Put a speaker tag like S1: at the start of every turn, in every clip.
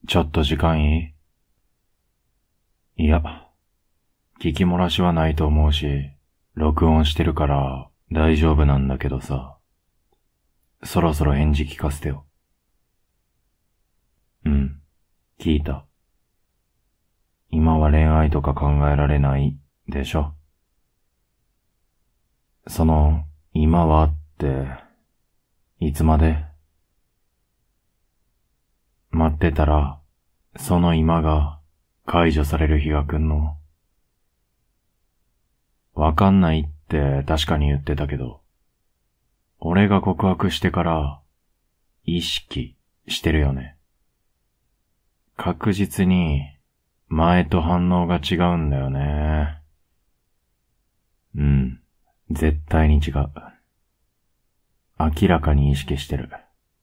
S1: ちょっと時間いい？いや、聞き漏らしはないと思うし、録音してるから大丈夫なんだけどさ。そろそろ返事聞かせてよ。聞いた。今は恋愛とか考えられないでしょ。その、今はって、いつまで？待ってたら、その今が解除される日が来んの？わかんないって確かに言ってたけど、俺が告白してから意識してるよね。確実に前と反応が違うんだよね。絶対に違う。明らかに意識してる。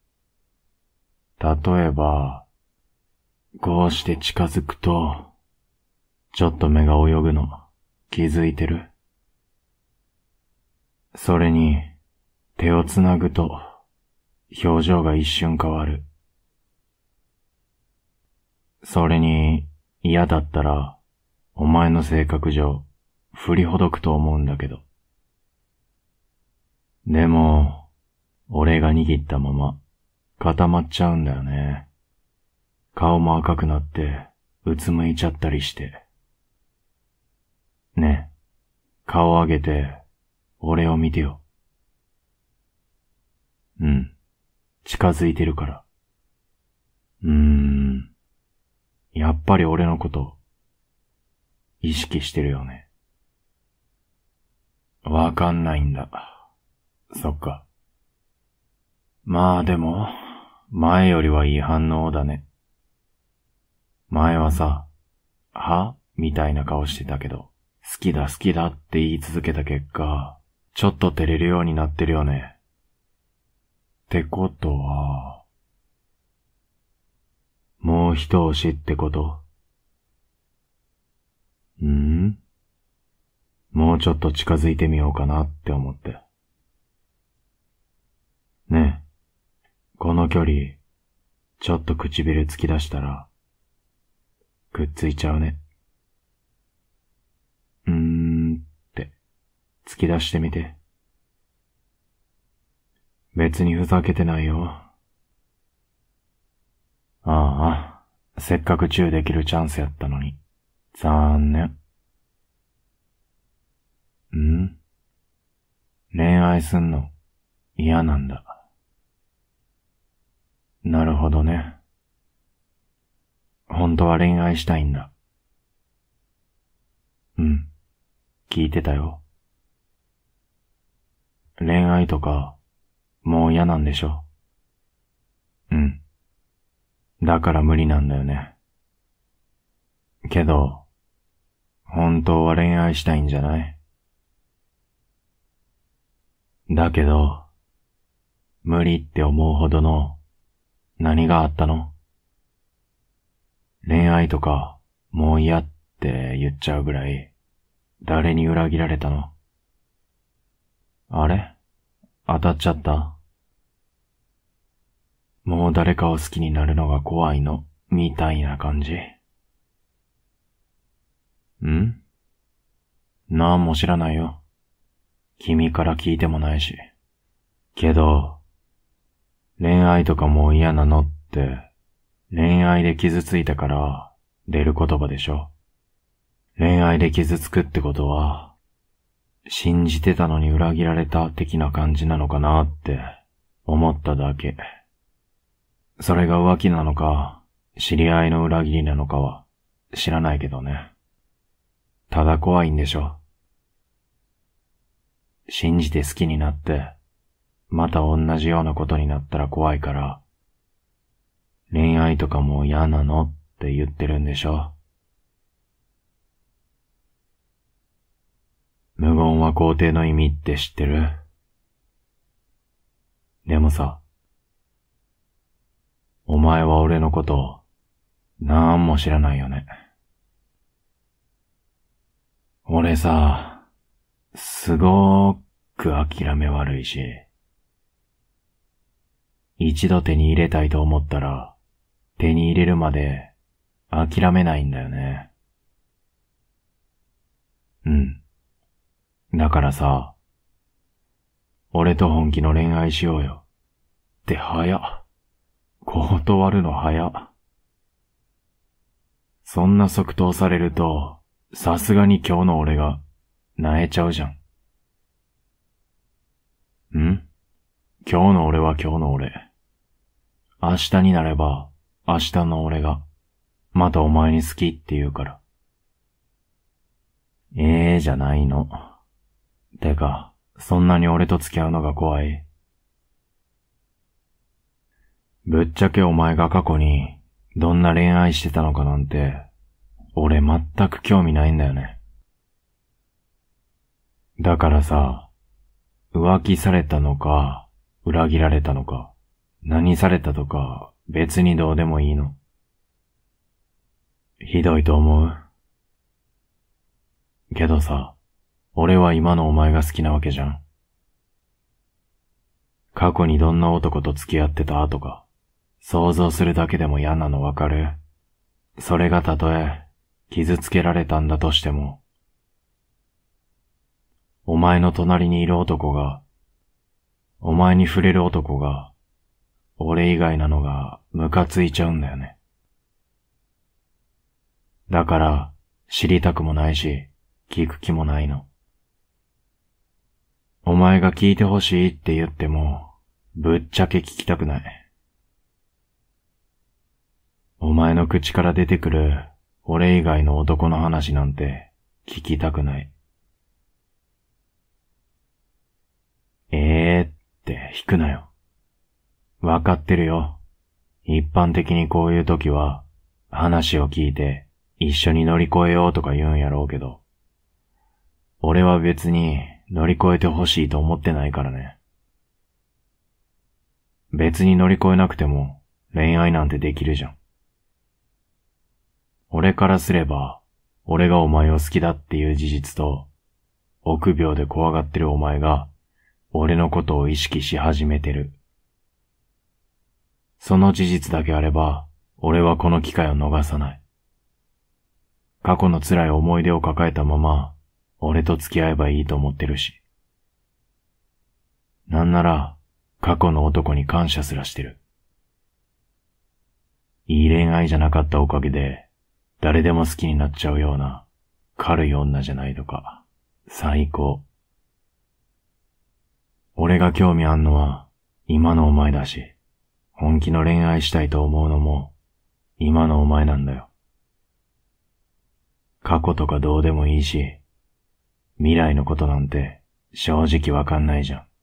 S1: 例えば、こうして近づくと、ちょっと目が泳ぐの気づいてる？それに、手をつなぐと、表情が一瞬変わる。それに、嫌だったら、お前の性格上、振りほどくと思うんだけど。でも、俺が握ったまま、固まっちゃうんだよね。顔も赤くなって、うつむいちゃったりして。ねえ、顔上げて、俺を見てよ。近づいてるから。やっぱり俺のこと、意識してるよね。わかんないんだ。そっか。まあでも、前よりはいい反応だね。前はさ、みたいな顔してたけど、好きだって言い続けた結果、ちょっと照れるようになってるよね。ってことは、もう一押しってこと？もうちょっと近づいてみようかなって思って。ねえ、この距離、ちょっと唇突き出したら、くっついちゃうね。って突き出してみて。別にふざけてないよ。ああ、せっかくチューできるチャンスやったのに。残念。恋愛すんの嫌なんだ。なるほどね。本当は恋愛したいんだ。聞いてたよ。恋愛とか、もう嫌なんでしょ？だから無理なんだよね。けど、本当は恋愛したいんじゃない？だけど、無理って思うほどの何があったの？恋愛とかもう嫌って言っちゃうぐらい誰に裏切られたの？あれ？当たっちゃった？もう誰かを好きになるのが怖いのみたいな感じ？なんも知らないよ。君から聞いてもないし。けど、恋愛とかもう嫌なのって、恋愛で傷ついたから出る言葉でしょ。恋愛で傷つくってことは、信じてたのに裏切られた的な感じなのかなって思っただけ。それが浮気なのか、知り合いの裏切りなのかは知らないけどね。ただ怖いんでしょ。信じて好きになって、また同じようなことになったら怖いから、恋愛とかもう嫌なのって言ってるんでしょ。無言は肯定の意味って知ってる？でもさ、お前は俺のことをなんも知らないよね。俺さ、すごーく諦め悪いし、一度手に入れたいと思ったら、 手に入れるまで諦めないんだよね。うん。だからさ、俺と本気の恋愛しようよ。って早っ。断るの早っ。そんな即答されると、さすがに今日の俺が、萎えちゃうじゃん。今日の俺は今日の俺。明日になれば、明日の俺が、またお前に好きって言うから。じゃないの。てか、そんなに俺と付き合うのが怖い？ぶっちゃけお前が過去に、どんな恋愛してたのかなんて、俺全く興味ないんだよね。だからさ、浮気されたのか、裏切られたのか、何されたとか、別にどうでもいいの。ひどいと思う。けどさ、俺は今のお前が好きなわけじゃん。過去にどんな男と付き合ってたとか、想像するだけでも嫌なのわかる？それがたとえ、傷つけられたんだとしても、お前の隣にいる男が、お前に触れる男が、俺以外なのがムカついちゃうんだよね。だから、知りたくもないし、聞く気もないの。お前が聞いてほしいって言っても、ぶっちゃけ聞きたくない。お前の口から出てくる俺以外の男の話なんて聞きたくない。って引くなよ。わかってるよ。一般的にこういう時は話を聞いて一緒に乗り越えようとか言うんやろうけど、俺は別に乗り越えてほしいと思ってないからね。別に乗り越えなくても恋愛なんてできるじゃん。俺からすれば、俺がお前を好きだっていう事実と、臆病で怖がってるお前が、俺のことを意識し始めてる。その事実だけあれば、俺はこの機会を逃さない。過去の辛い思い出を抱えたまま、俺と付き合えばいいと思ってるし。なんなら、過去の男に感謝すらしてる。いい恋愛じゃなかったおかげで、誰でも好きになっちゃうような、軽い女じゃないとか、最高。俺が興味あんのは、今のお前だし、本気の恋愛したいと思うのも、今のお前なんだよ。過去とかどうでもいいし、未来のことなんて正直わかんないじゃん。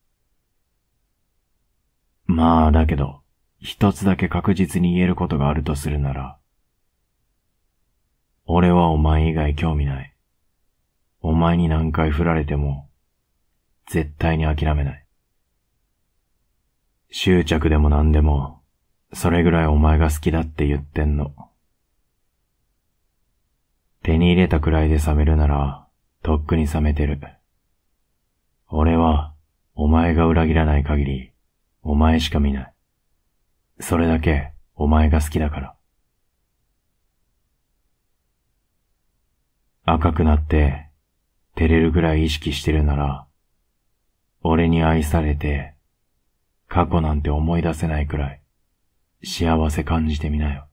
S1: まあだけど、一つだけ確実に言えることがあるとするなら、俺はお前以外興味ない。お前に何回振られても、絶対に諦めない。執着でも何でも、それぐらいお前が好きだって言ってんの。手に入れたくらいで冷めるなら、とっくに冷めてる。俺は、お前が裏切らない限り、お前しか見ない。それだけ、お前が好きだから。赤くなって、照れるぐらい意識してるなら、俺に愛されて、過去なんて思い出せないくらい、幸せ感じてみなよ。